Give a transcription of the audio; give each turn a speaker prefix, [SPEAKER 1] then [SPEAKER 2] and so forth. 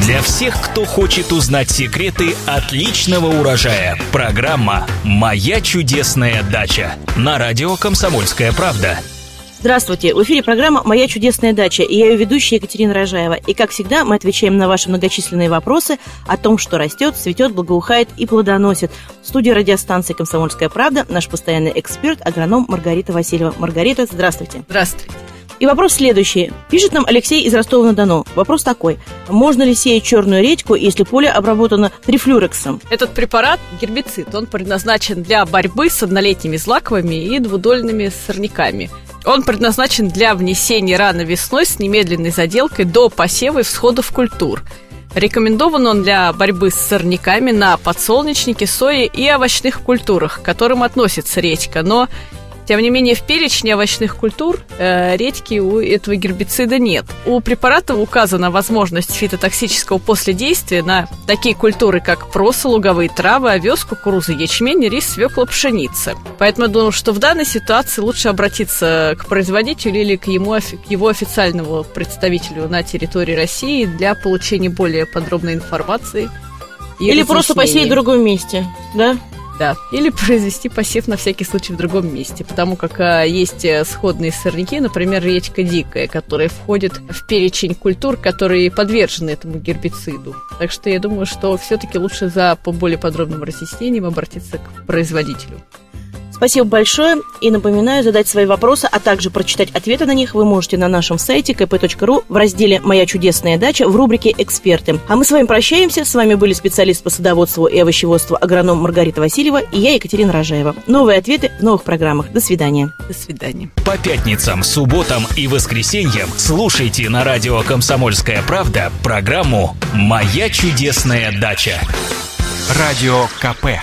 [SPEAKER 1] Для всех, кто хочет узнать секреты отличного урожая. Программа «Моя чудесная дача» на радио «Комсомольская правда».
[SPEAKER 2] Здравствуйте, в эфире программа «Моя чудесная дача», и я ее ведущая Екатерина Рожаева. И, как всегда, мы отвечаем на ваши многочисленные вопросы о том, что растет, цветет, благоухает и плодоносит. В студии радиостанции «Комсомольская правда» наш постоянный эксперт, агроном Маргарита Васильева. Маргарита, здравствуйте.
[SPEAKER 3] Здравствуйте.
[SPEAKER 2] И вопрос следующий. Пишет нам Алексей из Ростова-на-Дону. Вопрос такой. Можно ли сеять черную редьку, если поле обработано трифлюрексом?
[SPEAKER 3] Этот препарат – гербицид. Он предназначен для борьбы с однолетними злаковыми и двудольными сорняками. Он предназначен для внесения рано весной с немедленной заделкой до посева и всходов культур. Рекомендован он для борьбы с сорняками на подсолнечнике, сое и овощных культурах, к которым относится редька. Но, тем не менее, в перечне овощных культур редьки у этого гербицида нет. У препарата указана возможность фитотоксического последействия на такие культуры, как проса, луговые травы, овес, кукуруза, ячмень, рис, свекла, пшеница. Поэтому я думаю, что в данной ситуации лучше обратиться к производителю или к его официальному представителю на территории России для получения более подробной информации.
[SPEAKER 2] Или просто посеять в другом месте, да?
[SPEAKER 3] Да, или произвести посев на всякий случай в другом месте, потому как есть сходные сорняки, например, редька дикая, которая входит в перечень культур, которые подвержены этому гербициду. Так что я думаю, что все-таки лучше за более подробным разъяснением обратиться к производителю.
[SPEAKER 2] Спасибо большое. И напоминаю, задать свои вопросы, а также прочитать ответы на них вы можете на нашем сайте kp.ru в разделе «Моя чудесная дача» в рубрике «Эксперты». А мы с вами прощаемся. С вами были специалист по садоводству и овощеводству агроном Маргарита Васильева и я, Екатерина Рожаева. Новые ответы в новых программах. До свидания.
[SPEAKER 3] До свидания.
[SPEAKER 1] По пятницам, субботам и воскресеньям слушайте на радио «Комсомольская правда» программу «Моя чудесная дача». Радио КП.